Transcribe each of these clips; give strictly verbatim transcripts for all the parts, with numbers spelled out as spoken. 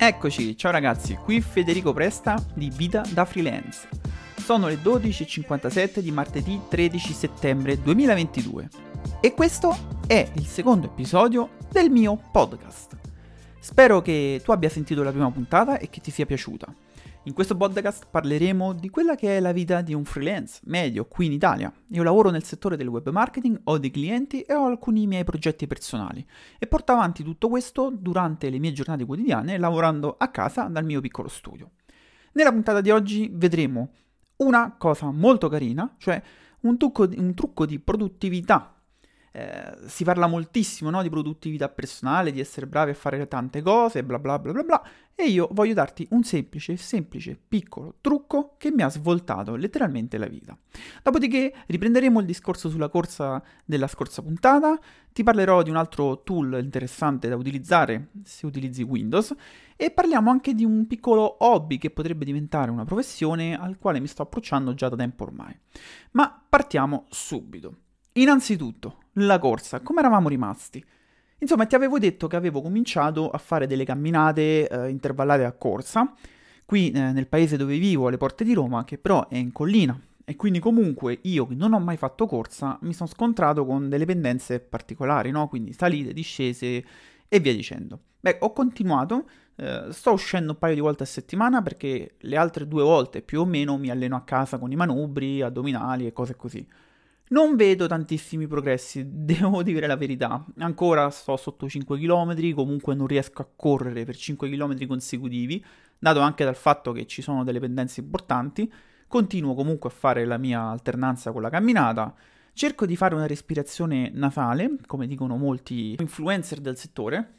Eccoci, ciao ragazzi, qui Federico Presta di Vita da Freelance. Sono le dodici e cinquantasette di martedì tredici settembre duemilaventidue e questo è il secondo episodio del mio podcast. Spero che tu abbia sentito la prima puntata e che ti sia piaciuta. In questo podcast parleremo di quella che è la vita di un freelance medio qui in Italia. Io lavoro nel settore del web marketing, ho dei clienti e ho alcuni miei progetti personali e porto avanti tutto questo durante le mie giornate quotidiane lavorando a casa dal mio piccolo studio. Nella puntata di oggi vedremo una cosa molto carina, cioè un trucco di, un trucco di produttività. Eh, si parla moltissimo, no, di produttività personale, di essere bravi a fare tante cose, bla bla bla bla bla, e io voglio darti un semplice, semplice, piccolo trucco che mi ha svoltato letteralmente la vita. Dopodiché riprenderemo il discorso sulla corsa della scorsa puntata, ti parlerò di un altro tool interessante da utilizzare se utilizzi Windows e parliamo anche di un piccolo hobby che potrebbe diventare una professione al quale mi sto approcciando già da tempo ormai. Ma partiamo subito. Innanzitutto, la corsa, come eravamo rimasti? Insomma, ti avevo detto che avevo cominciato a fare delle camminate eh, intervallate a corsa, qui eh, nel paese dove vivo, alle porte di Roma, che però è in collina, e quindi comunque io che non ho mai fatto corsa mi sono scontrato con delle pendenze particolari, no? Quindi salite, discese e via dicendo. Beh, ho continuato, eh, sto uscendo un paio di volte a settimana perché le altre due volte più o meno mi alleno a casa con i manubri, addominali e cose così. Non vedo tantissimi progressi, devo dire la verità. Ancora sto sotto cinque chilometri, comunque non riesco a correre per cinque chilometri consecutivi, dato anche dal fatto che ci sono delle pendenze importanti. Continuo comunque a fare la mia alternanza con la camminata. Cerco di fare una respirazione nasale, come dicono molti influencer del settore.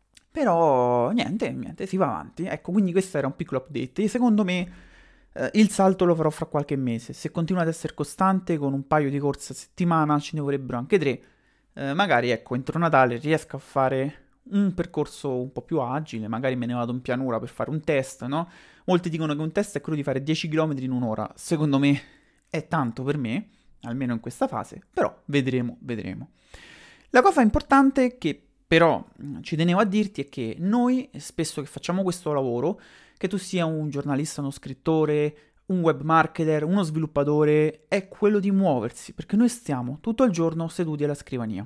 Però niente, niente, si va avanti. Ecco, quindi questo era un piccolo update. E secondo me Uh, il salto lo farò fra qualche mese. Se continuo ad essere costante con un paio di corse a settimana, ce ne vorrebbero anche tre. Uh, magari, ecco, entro Natale riesco a fare un percorso un po' più agile. Magari me ne vado in pianura per fare un test, no? Molti dicono che un test è quello di fare dieci chilometri in un'ora. Secondo me è tanto per me, almeno in questa fase. Però vedremo, vedremo. La cosa importante che però ci tenevo a dirti è che noi, spesso che facciamo questo lavoro, che tu sia un giornalista, uno scrittore, un web marketer, uno sviluppatore, è quello di muoversi, perché noi stiamo tutto il giorno seduti alla scrivania.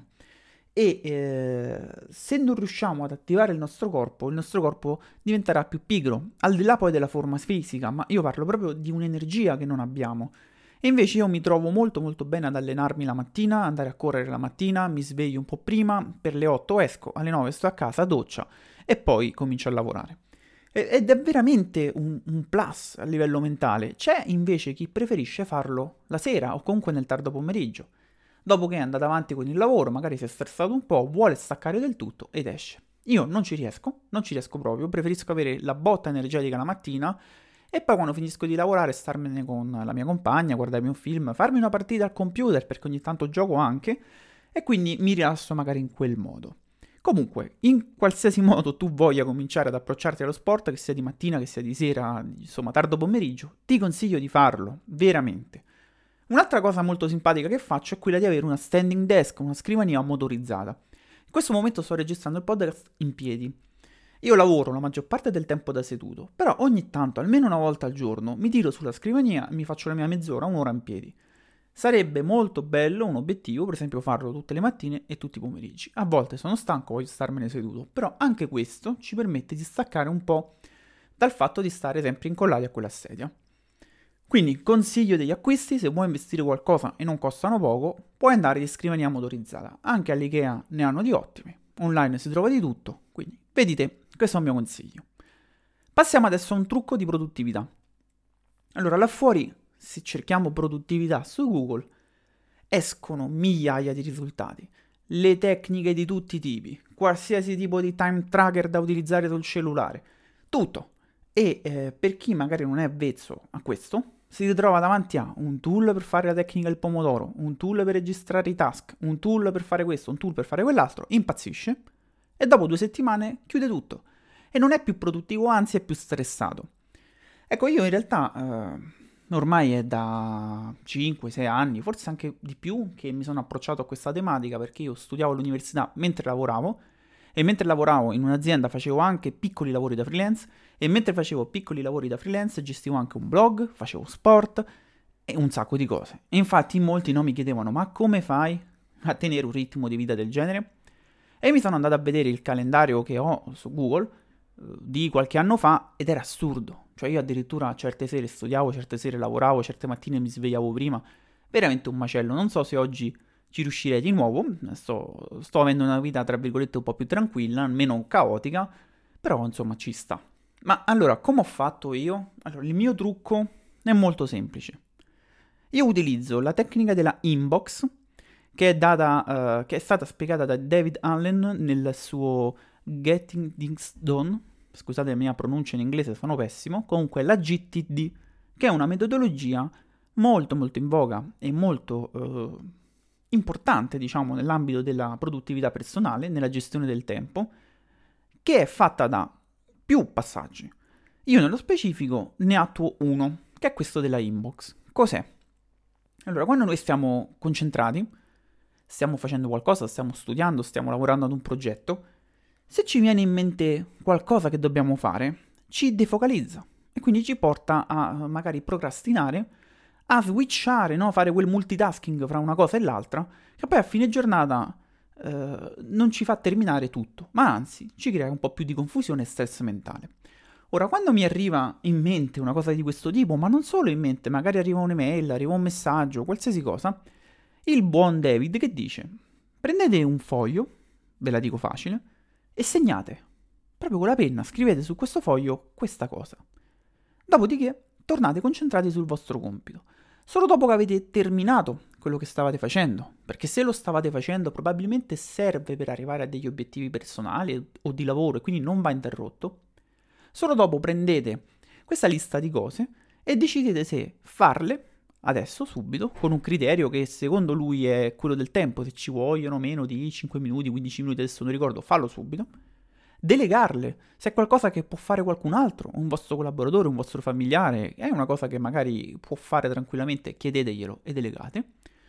E eh, se non riusciamo ad attivare il nostro corpo, il nostro corpo diventerà più pigro, al di là poi della forma fisica, ma io parlo proprio di un'energia che non abbiamo. E invece io mi trovo molto molto bene ad allenarmi la mattina, andare a correre la mattina, mi sveglio un po' prima, per le otto esco, alle nove sto a casa, doccia e poi comincio a lavorare. Ed è veramente un, un plus a livello mentale. C'è invece chi preferisce farlo la sera o comunque nel tardo pomeriggio. Dopo che è andato avanti con il lavoro, magari si è stressato un po', vuole staccare del tutto ed esce. Io non ci riesco, non ci riesco proprio, preferisco avere la botta energetica la mattina e poi quando finisco di lavorare starmene con la mia compagna, guardarmi un film, farmi una partita al computer perché ogni tanto gioco anche e quindi mi rilasso magari in quel modo. Comunque, in qualsiasi modo tu voglia cominciare ad approcciarti allo sport, che sia di mattina, che sia di sera, insomma tardo pomeriggio, ti consiglio di farlo, veramente. Un'altra cosa molto simpatica che faccio è quella di avere una standing desk, una scrivania motorizzata. In questo momento sto registrando il podcast in piedi. Io lavoro la maggior parte del tempo da seduto, però ogni tanto, almeno una volta al giorno, mi tiro sulla scrivania e mi faccio la mia mezz'ora, un'ora in piedi. Sarebbe molto bello, un obiettivo, per esempio farlo tutte le mattine e tutti i pomeriggi. A volte sono stanco, voglio starmene seduto, però anche questo ci permette di staccare un po' dal fatto di stare sempre incollati a quella sedia. Quindi consiglio degli acquisti: se vuoi investire qualcosa e non costano poco, puoi andare di scrivania motorizzata. Anche all'IKEA ne hanno di ottime, online si trova di tutto, quindi vedi te, questo è il mio consiglio. Passiamo adesso a un trucco di produttività. Allora, là fuori, se cerchiamo produttività su Google, escono migliaia di risultati, le tecniche di tutti i tipi, qualsiasi tipo di time tracker da utilizzare sul cellulare, tutto. E eh, per chi magari non è avvezzo a questo, si ritrova davanti a un tool per fare la tecnica del pomodoro, un tool per registrare i task, un tool per fare questo, un tool per fare quell'altro, impazzisce e dopo due settimane chiude tutto e non è più produttivo, anzi è più stressato. Ecco, io in realtà eh, ormai è da cinque sei anni, forse anche di più, che mi sono approcciato a questa tematica, perché io studiavo all'università mentre lavoravo e mentre lavoravo in un'azienda facevo anche piccoli lavori da freelance, e mentre facevo piccoli lavori da freelance gestivo anche un blog, facevo sport e un sacco di cose. E infatti molti no, mi chiedevano: ma come fai a tenere un ritmo di vita del genere? E mi sono andato a vedere il calendario che ho su Google eh, di qualche anno fa, ed era assurdo. Cioè io addirittura certe sere studiavo, certe sere lavoravo, certe mattine mi svegliavo prima. Veramente un macello. Non so se oggi ci riuscirei di nuovo. Sto, sto avendo una vita tra virgolette un po' più tranquilla, meno caotica, però insomma ci sta. Ma allora, come ho fatto io? Allora, il mio trucco è molto semplice. Io utilizzo la tecnica della inbox, che è, data, uh, che è stata spiegata da David Allen nel suo Getting Things Done. Scusate la mia pronuncia in inglese, sono pessimo. Comunque la G T D, che è una metodologia molto molto in voga e molto uh, importante, diciamo, nell'ambito della produttività personale, nella gestione del tempo, che è fatta da più passaggi. Io nello specifico ne attuo uno, che è questo della inbox. Cos'è? Allora, quando noi stiamo concentrati, stiamo facendo qualcosa, stiamo studiando, stiamo lavorando ad un progetto, se ci viene in mente qualcosa che dobbiamo fare, ci defocalizza e quindi ci porta a magari procrastinare, a switchare, no? Fare quel multitasking fra una cosa e l'altra, che poi a fine giornata eh, non ci fa terminare tutto, ma anzi ci crea un po' più di confusione e stress mentale. Ora, quando mi arriva in mente una cosa di questo tipo, ma non solo in mente, magari arriva un'email, arriva un messaggio, qualsiasi cosa, il buon David che dice: prendete un foglio, ve la dico facile, e segnate, proprio con la penna, scrivete su questo foglio questa cosa. Dopodiché tornate concentrati sul vostro compito. Solo dopo che avete terminato quello che stavate facendo, perché se lo stavate facendo probabilmente serve per arrivare a degli obiettivi personali o di lavoro e quindi non va interrotto, solo dopo prendete questa lista di cose e decidete se farle adesso, subito, con un criterio che secondo lui è quello del tempo, se ci vogliono meno di cinque minuti, quindici minuti, adesso non ricordo, fallo subito. Delegarle, se è qualcosa che può fare qualcun altro, un vostro collaboratore, un vostro familiare, è una cosa che magari può fare tranquillamente, chiedeteglielo e delegate.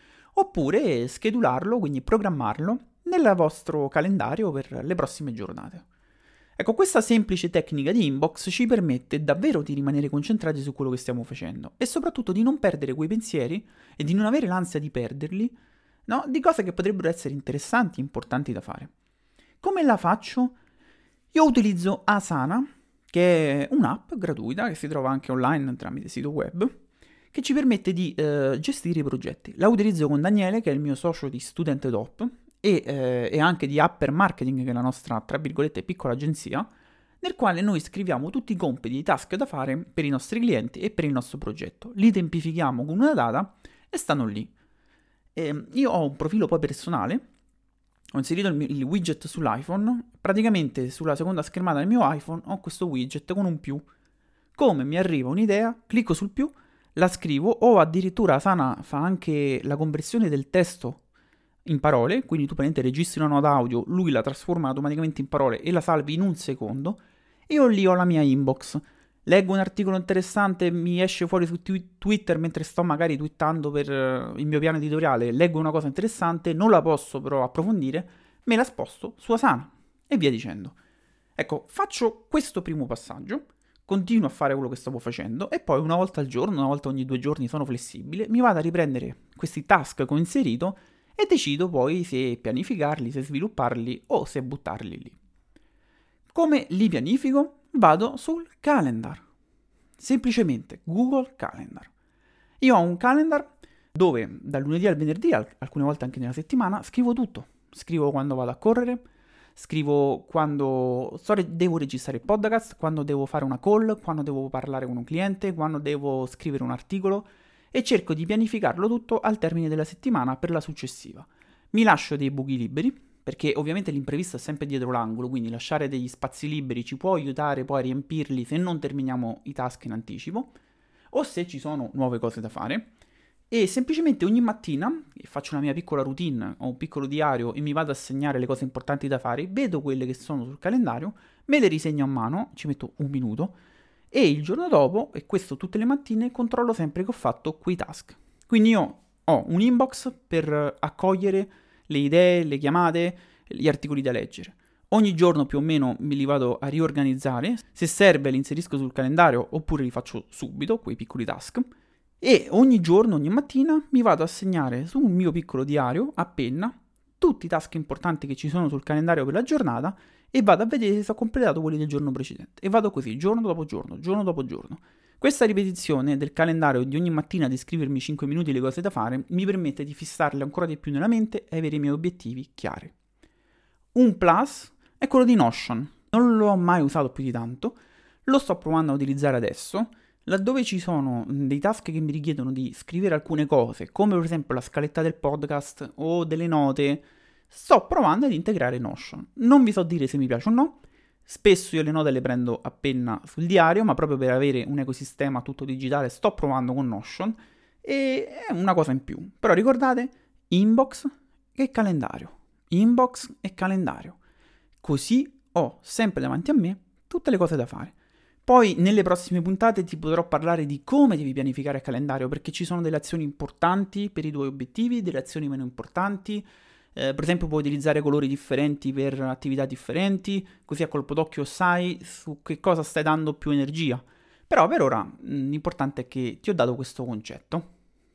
Oppure schedularlo, quindi programmarlo nel vostro calendario per le prossime giornate. Ecco, questa semplice tecnica di inbox ci permette davvero di rimanere concentrati su quello che stiamo facendo e soprattutto di non perdere quei pensieri e di non avere l'ansia di perderli, no? Di cose che potrebbero essere interessanti e importanti da fare. Come la faccio? Io utilizzo Asana, che è un'app gratuita che si trova anche online tramite sito web, che ci permette di eh, gestire i progetti. La utilizzo con Daniele, che è il mio socio di Student Top, e, eh, e anche di Upper Marketing, che è la nostra, tra virgolette, piccola agenzia, nel quale noi scriviamo tutti i compiti, i task da fare per i nostri clienti e per il nostro progetto. Li tempifichiamo con una data e stanno lì. E io ho un profilo poi personale, ho inserito il, il widget sull'iPhone, praticamente sulla seconda schermata del mio iPhone ho questo widget con un più. Come mi arriva un'idea, clicco sul più, la scrivo, o addirittura Asana fa anche la conversione del testo in parole, quindi tu praticamente registri una nota audio, lui la trasforma automaticamente in parole e la salvi in un secondo, e io lì ho la mia inbox. Leggo un articolo interessante, mi esce fuori su twi- Twitter mentre sto magari twittando per uh, il mio piano editoriale, leggo una cosa interessante, non la posso però approfondire, me la sposto su Asana e via dicendo. Ecco, faccio questo primo passaggio, continuo a fare quello che stavo facendo e poi una volta al giorno, una volta ogni due giorni sono flessibile, mi vado a riprendere questi task che ho inserito e decido poi se pianificarli, se svilupparli o se buttarli lì. Come li pianifico? Vado sul calendar. Semplicemente Google Calendar. Io ho un calendar dove dal lunedì al venerdì, alcune volte anche nella settimana, scrivo tutto. Scrivo quando vado a correre, scrivo quando devo registrare il podcast, quando devo fare una call, quando devo parlare con un cliente, quando devo scrivere un articolo, e cerco di pianificarlo tutto al termine della settimana per la successiva. Mi lascio dei buchi liberi, perché ovviamente l'imprevisto è sempre dietro l'angolo, quindi lasciare degli spazi liberi ci può aiutare poi a riempirli se non terminiamo i task in anticipo, o se ci sono nuove cose da fare. E semplicemente ogni mattina faccio una mia piccola routine, ho un piccolo diario e mi vado a segnare le cose importanti da fare, vedo quelle che sono sul calendario, me le risegno a mano, ci metto un minuto, e il giorno dopo, e questo tutte le mattine, controllo sempre che ho fatto quei task. Quindi io ho un inbox per accogliere le idee, le chiamate, gli articoli da leggere. Ogni giorno più o meno me li vado a riorganizzare, se serve li inserisco sul calendario oppure li faccio subito, quei piccoli task, e ogni giorno, ogni mattina mi vado a segnare su un mio piccolo diario a penna tutti i task importanti che ci sono sul calendario per la giornata e vado a vedere se ho completato quelli del giorno precedente. E vado così, giorno dopo giorno, giorno dopo giorno. Questa ripetizione del calendario di ogni mattina di scrivermi cinque minuti le cose da fare mi permette di fissarle ancora di più nella mente e avere i miei obiettivi chiari. Un plus è quello di Notion. Non l'ho mai usato più di tanto, lo sto provando a utilizzare adesso, laddove ci sono dei task che mi richiedono di scrivere alcune cose, come per esempio la scaletta del podcast o delle note, sto provando ad integrare Notion. Non vi so dire se mi piace o no, spesso io le note le prendo a penna sul diario, ma proprio per avere un ecosistema tutto digitale sto provando con Notion e è una cosa in più. Però ricordate, inbox e calendario, inbox e calendario. Così ho sempre davanti a me tutte le cose da fare. Poi nelle prossime puntate ti potrò parlare di come devi pianificare il calendario, perché ci sono delle azioni importanti per i tuoi obiettivi, delle azioni meno importanti. Eh, per esempio puoi utilizzare colori differenti per attività differenti, così a colpo d'occhio sai su che cosa stai dando più energia. Però per ora mh, l'importante è che ti ho dato questo concetto.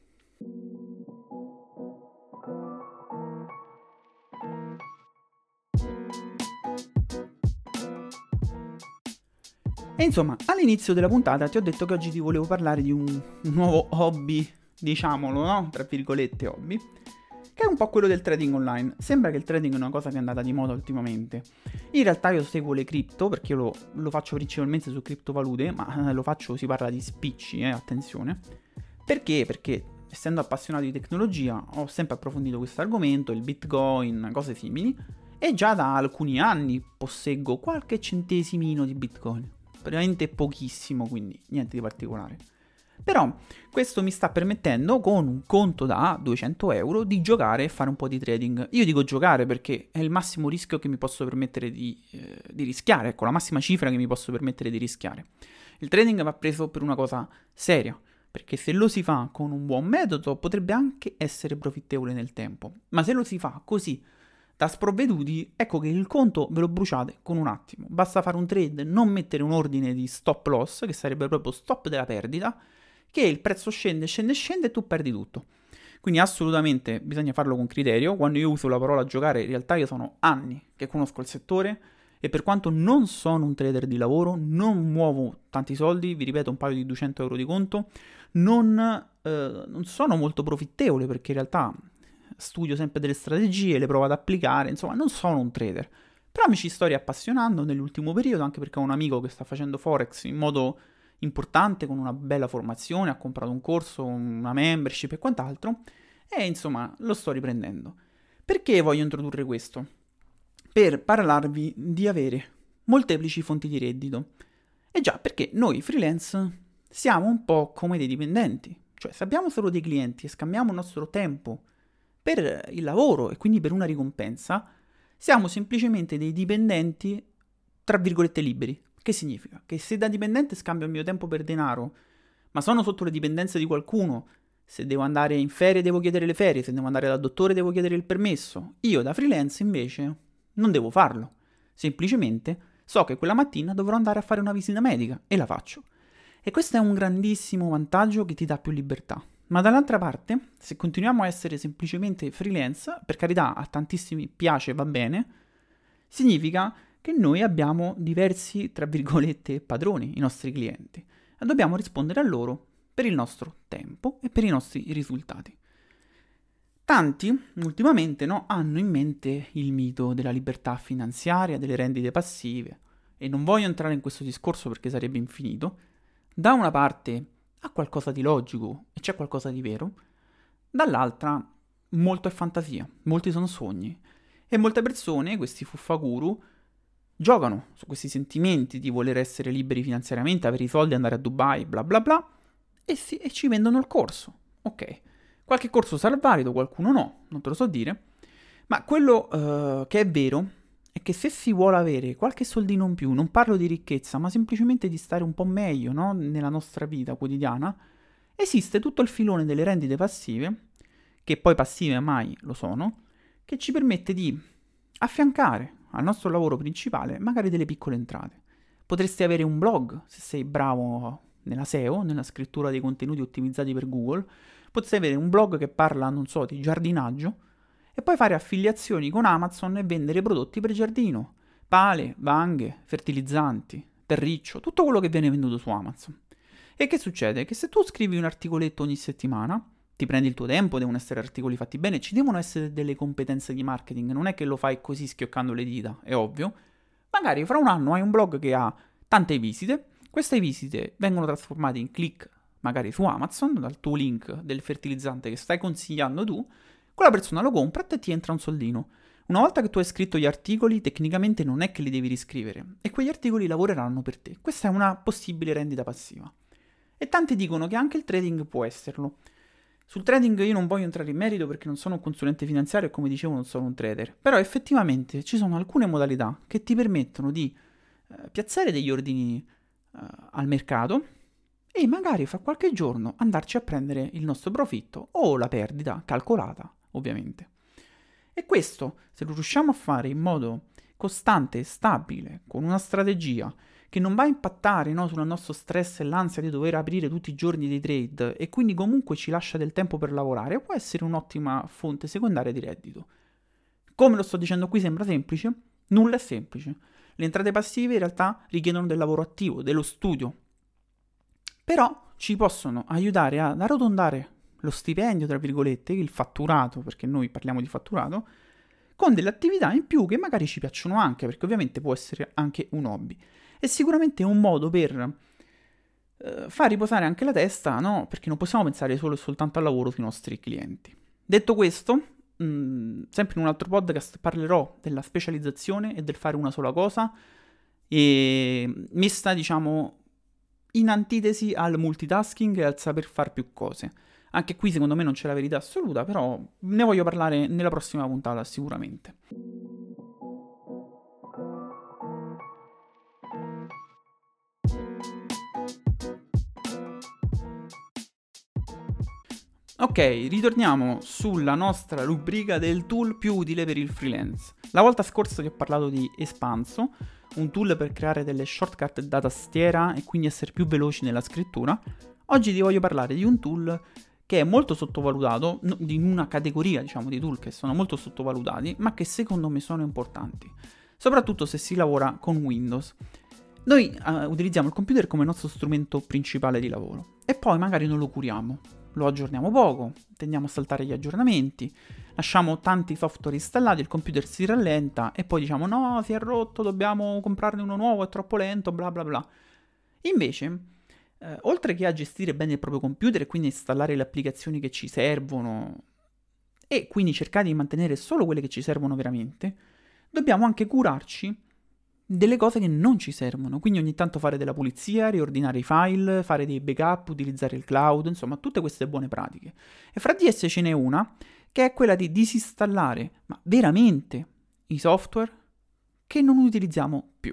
E insomma, all'inizio della puntata ti ho detto che oggi ti volevo parlare di un, un nuovo hobby, diciamolo, no? Tra virgolette hobby, che è un po' quello del trading online. Sembra che il trading è una cosa che è andata di moda ultimamente. In realtà io seguo le cripto, perché io lo, lo faccio principalmente su criptovalute, ma lo faccio, si parla di spicci, eh, attenzione. Perché? Perché essendo appassionato di tecnologia ho sempre approfondito questo argomento, il bitcoin, cose simili, e già da alcuni anni posseggo qualche centesimino di bitcoin. Veramente pochissimo, quindi niente di particolare. Però questo mi sta permettendo, con un conto da duecento euro, di giocare e fare un po' di trading. Io dico giocare perché è il massimo rischio che mi posso permettere di, eh, di rischiare, ecco, la massima cifra che mi posso permettere di rischiare. Il trading va preso per una cosa seria, perché se lo si fa con un buon metodo potrebbe anche essere profittevole nel tempo. Ma se lo si fa così, da sprovveduti, ecco che il conto ve lo bruciate con un attimo. Basta fare un trade, non mettere un ordine di stop loss, che sarebbe proprio stop della perdita, che il prezzo scende, scende, scende e tu perdi tutto. Quindi assolutamente bisogna farlo con criterio. Quando io uso la parola giocare, in realtà io sono anni che conosco il settore e per quanto non sono un trader di lavoro, non muovo tanti soldi, vi ripeto un paio di duecento euro di conto, non, eh, non sono molto profittevole perché in realtà studio sempre delle strategie, le provo ad applicare, insomma non sono un trader, però mi ci sto riappassionando nell'ultimo periodo, anche perché ho un amico che sta facendo Forex in modo importante, con una bella formazione, ha comprato un corso, una membership e quant'altro, e insomma lo sto riprendendo. Perché voglio introdurre questo? Per parlarvi di avere molteplici fonti di reddito. E già, perché noi freelance siamo un po' come dei dipendenti, cioè se abbiamo solo dei clienti e scambiamo il nostro tempo per il lavoro e quindi per una ricompensa, siamo semplicemente dei dipendenti, tra virgolette, liberi. Che significa? Che se da dipendente scambio il mio tempo per denaro, ma sono sotto le dipendenze di qualcuno, se devo andare in ferie devo chiedere le ferie, se devo andare dal dottore devo chiedere il permesso, io da freelance invece non devo farlo. Semplicemente so che quella mattina dovrò andare a fare una visita medica e la faccio. E questo è un grandissimo vantaggio che ti dà più libertà. Ma dall'altra parte, se continuiamo a essere semplicemente freelance, per carità a tantissimi piace, va bene, significa che noi abbiamo diversi, tra virgolette, padroni, i nostri clienti, e dobbiamo rispondere a loro per il nostro tempo e per i nostri risultati. Tanti, ultimamente, no, hanno in mente il mito della libertà finanziaria, delle rendite passive, e non voglio entrare in questo discorso perché sarebbe infinito. Da una parte ha qualcosa di logico e c'è qualcosa di vero, dall'altra molto è fantasia, molti sono sogni e molte persone, questi fuffaguru, giocano su questi sentimenti di voler essere liberi finanziariamente, avere i soldi, andare a Dubai, bla bla bla, e, si, e ci vendono il corso. Ok, qualche corso sarà valido, qualcuno no, non te lo so dire, ma quello uh, che è vero è che se si vuole avere qualche soldino in più, non parlo di ricchezza, ma semplicemente di stare un po' meglio, no? Nella nostra vita quotidiana, esiste tutto il filone delle rendite passive, che poi passive mai lo sono, che ci permette di affiancare al nostro lavoro principale magari delle piccole entrate. Potresti avere un blog, se sei bravo nella S E O, nella scrittura dei contenuti ottimizzati per Google. Potresti avere un blog che parla, non so, di giardinaggio e poi fare affiliazioni con Amazon e vendere prodotti per giardino, pale, vanghe, fertilizzanti, terriccio, tutto quello che viene venduto su Amazon. E che succede? Che se tu scrivi un articoletto ogni settimana, ti prendi il tuo tempo, devono essere articoli fatti bene, ci devono essere delle competenze di marketing, non è che lo fai così schioccando le dita, è ovvio. Magari fra un anno hai un blog che ha tante visite, queste visite vengono trasformate in click magari su Amazon, dal tuo link del fertilizzante che stai consigliando tu, quella persona lo compra e ti entra un soldino. Una volta che tu hai scritto gli articoli, tecnicamente non è che li devi riscrivere, e quegli articoli lavoreranno per te. Questa è una possibile rendita passiva. E tanti dicono che anche il trading può esserlo. Sul trading io non voglio entrare in merito perché non sono un consulente finanziario e come dicevo non sono un trader, però effettivamente ci sono alcune modalità che ti permettono di eh, piazzare degli ordini eh, al mercato e magari fra qualche giorno andarci a prendere il nostro profitto o la perdita calcolata, ovviamente. E questo, se lo riusciamo a fare in modo costante e stabile, con una strategia che non va a impattare, no, sul nostro stress e l'ansia di dover aprire tutti i giorni dei trade e quindi comunque ci lascia del tempo per lavorare, può essere un'ottima fonte secondaria di reddito. Come lo sto dicendo qui sembra semplice? Nulla è semplice. Le entrate passive in realtà richiedono del lavoro attivo, dello studio, però ci possono aiutare ad arrotondare lo stipendio, tra virgolette, il fatturato, perché noi parliamo di fatturato, con delle attività in più che magari ci piacciono anche, perché ovviamente può essere anche un hobby. È sicuramente un modo per eh, far riposare anche la testa, no? Perché non possiamo pensare solo e soltanto al lavoro sui nostri clienti. Detto questo, mh, sempre in un altro podcast parlerò della specializzazione e del fare una sola cosa, e messa, diciamo, in antitesi al multitasking e al saper fare più cose. Anche qui secondo me non c'è la verità assoluta, però ne voglio parlare nella prossima puntata sicuramente. Ok, ritorniamo sulla nostra rubrica del tool più utile per il freelance. La volta scorsa ti ho parlato di Espanso, un tool per creare delle shortcut da tastiera e quindi essere più veloci nella scrittura. Oggi ti voglio parlare di un tool che è molto sottovalutato, di una categoria, diciamo, di tool che sono molto sottovalutati, ma che secondo me sono importanti, soprattutto se si lavora con Windows. Noi uh, utilizziamo il computer come nostro strumento principale di lavoro e poi magari non lo curiamo. Lo aggiorniamo poco, tendiamo a saltare gli aggiornamenti, lasciamo tanti software installati, il computer si rallenta e poi diciamo no, si è rotto, dobbiamo comprarne uno nuovo, è troppo lento, bla bla bla. Invece, eh, oltre che a gestire bene il proprio computer e quindi installare le applicazioni che ci servono e quindi cercare di mantenere solo quelle che ci servono veramente, dobbiamo anche curarci delle cose che non ci servono, quindi ogni tanto fare della pulizia, riordinare i file, fare dei backup, utilizzare il cloud, insomma tutte queste buone pratiche. E fra di esse ce n'è una che è quella di disinstallare, ma veramente, i software che non utilizziamo più.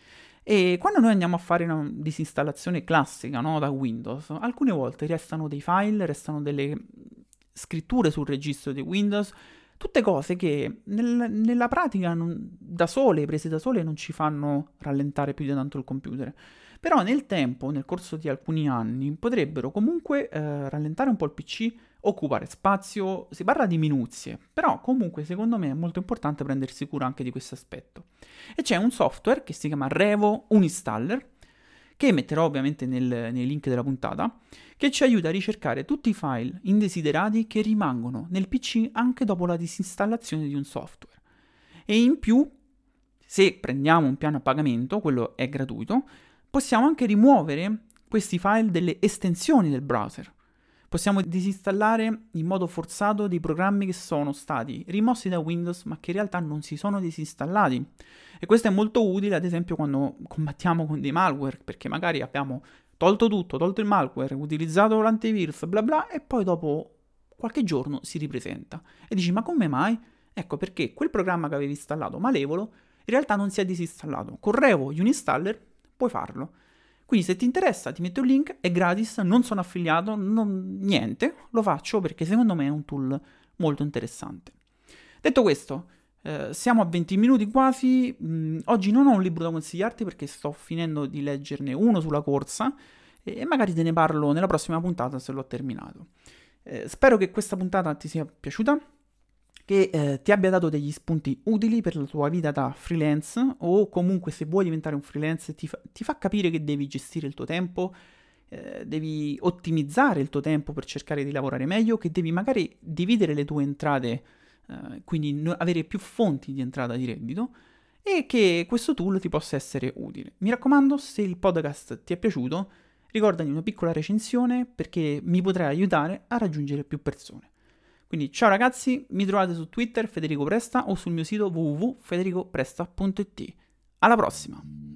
E quando noi andiamo a fare una disinstallazione classica, no, da Windows, alcune volte restano dei file, restano delle scritture sul registro di Windows, tutte cose che nel, nella pratica non, da sole, prese da sole, non ci fanno rallentare più di tanto il computer. Però nel tempo, nel corso di alcuni anni, potrebbero comunque eh, rallentare un po' il P C, occupare spazio, si parla di minuzie, però comunque secondo me è molto importante prendersi cura anche di questo aspetto. E c'è un software che si chiama Revo Uninstaller, che metterò ovviamente nel, nei link della puntata, che ci aiuta a ricercare tutti i file indesiderati che rimangono nel P C anche dopo la disinstallazione di un software. E in più, se prendiamo un piano a pagamento, quello è gratuito, possiamo anche rimuovere questi file delle estensioni del browser. Possiamo disinstallare in modo forzato dei programmi che sono stati rimossi da Windows ma che in realtà non si sono disinstallati. E questo è molto utile ad esempio quando combattiamo con dei malware, perché magari abbiamo tolto tutto, tolto il malware, utilizzato l'antivirus, bla bla, e poi dopo qualche giorno si ripresenta. E dici, ma come mai? Ecco perché quel programma che avevi installato malevolo in realtà non si è disinstallato. Con Revo Uninstaller puoi farlo. Quindi se ti interessa ti metto il link, è gratis, non sono affiliato, non, niente, lo faccio perché secondo me è un tool molto interessante. Detto questo, Eh, siamo a venti minuti quasi. Mm, oggi non ho un libro da consigliarti perché sto finendo di leggerne uno sulla corsa e magari te ne parlo nella prossima puntata se l'ho terminato. Eh, spero che questa puntata ti sia piaciuta, che eh, ti abbia dato degli spunti utili per la tua vita da freelance, o comunque se vuoi diventare un freelance ti fa, ti fa capire che devi gestire il tuo tempo, eh, devi ottimizzare il tuo tempo per cercare di lavorare meglio, che devi magari dividere le tue entrate, eh, quindi no- avere più fonti di entrata di reddito, e che questo tool ti possa essere utile. Mi raccomando, se il podcast ti è piaciuto, ricordati una piccola recensione perché mi potrai aiutare a raggiungere più persone. Quindi ciao ragazzi, mi trovate su Twitter Federico Presta o sul mio sito w w w punto federico presta punto i t. Alla prossima!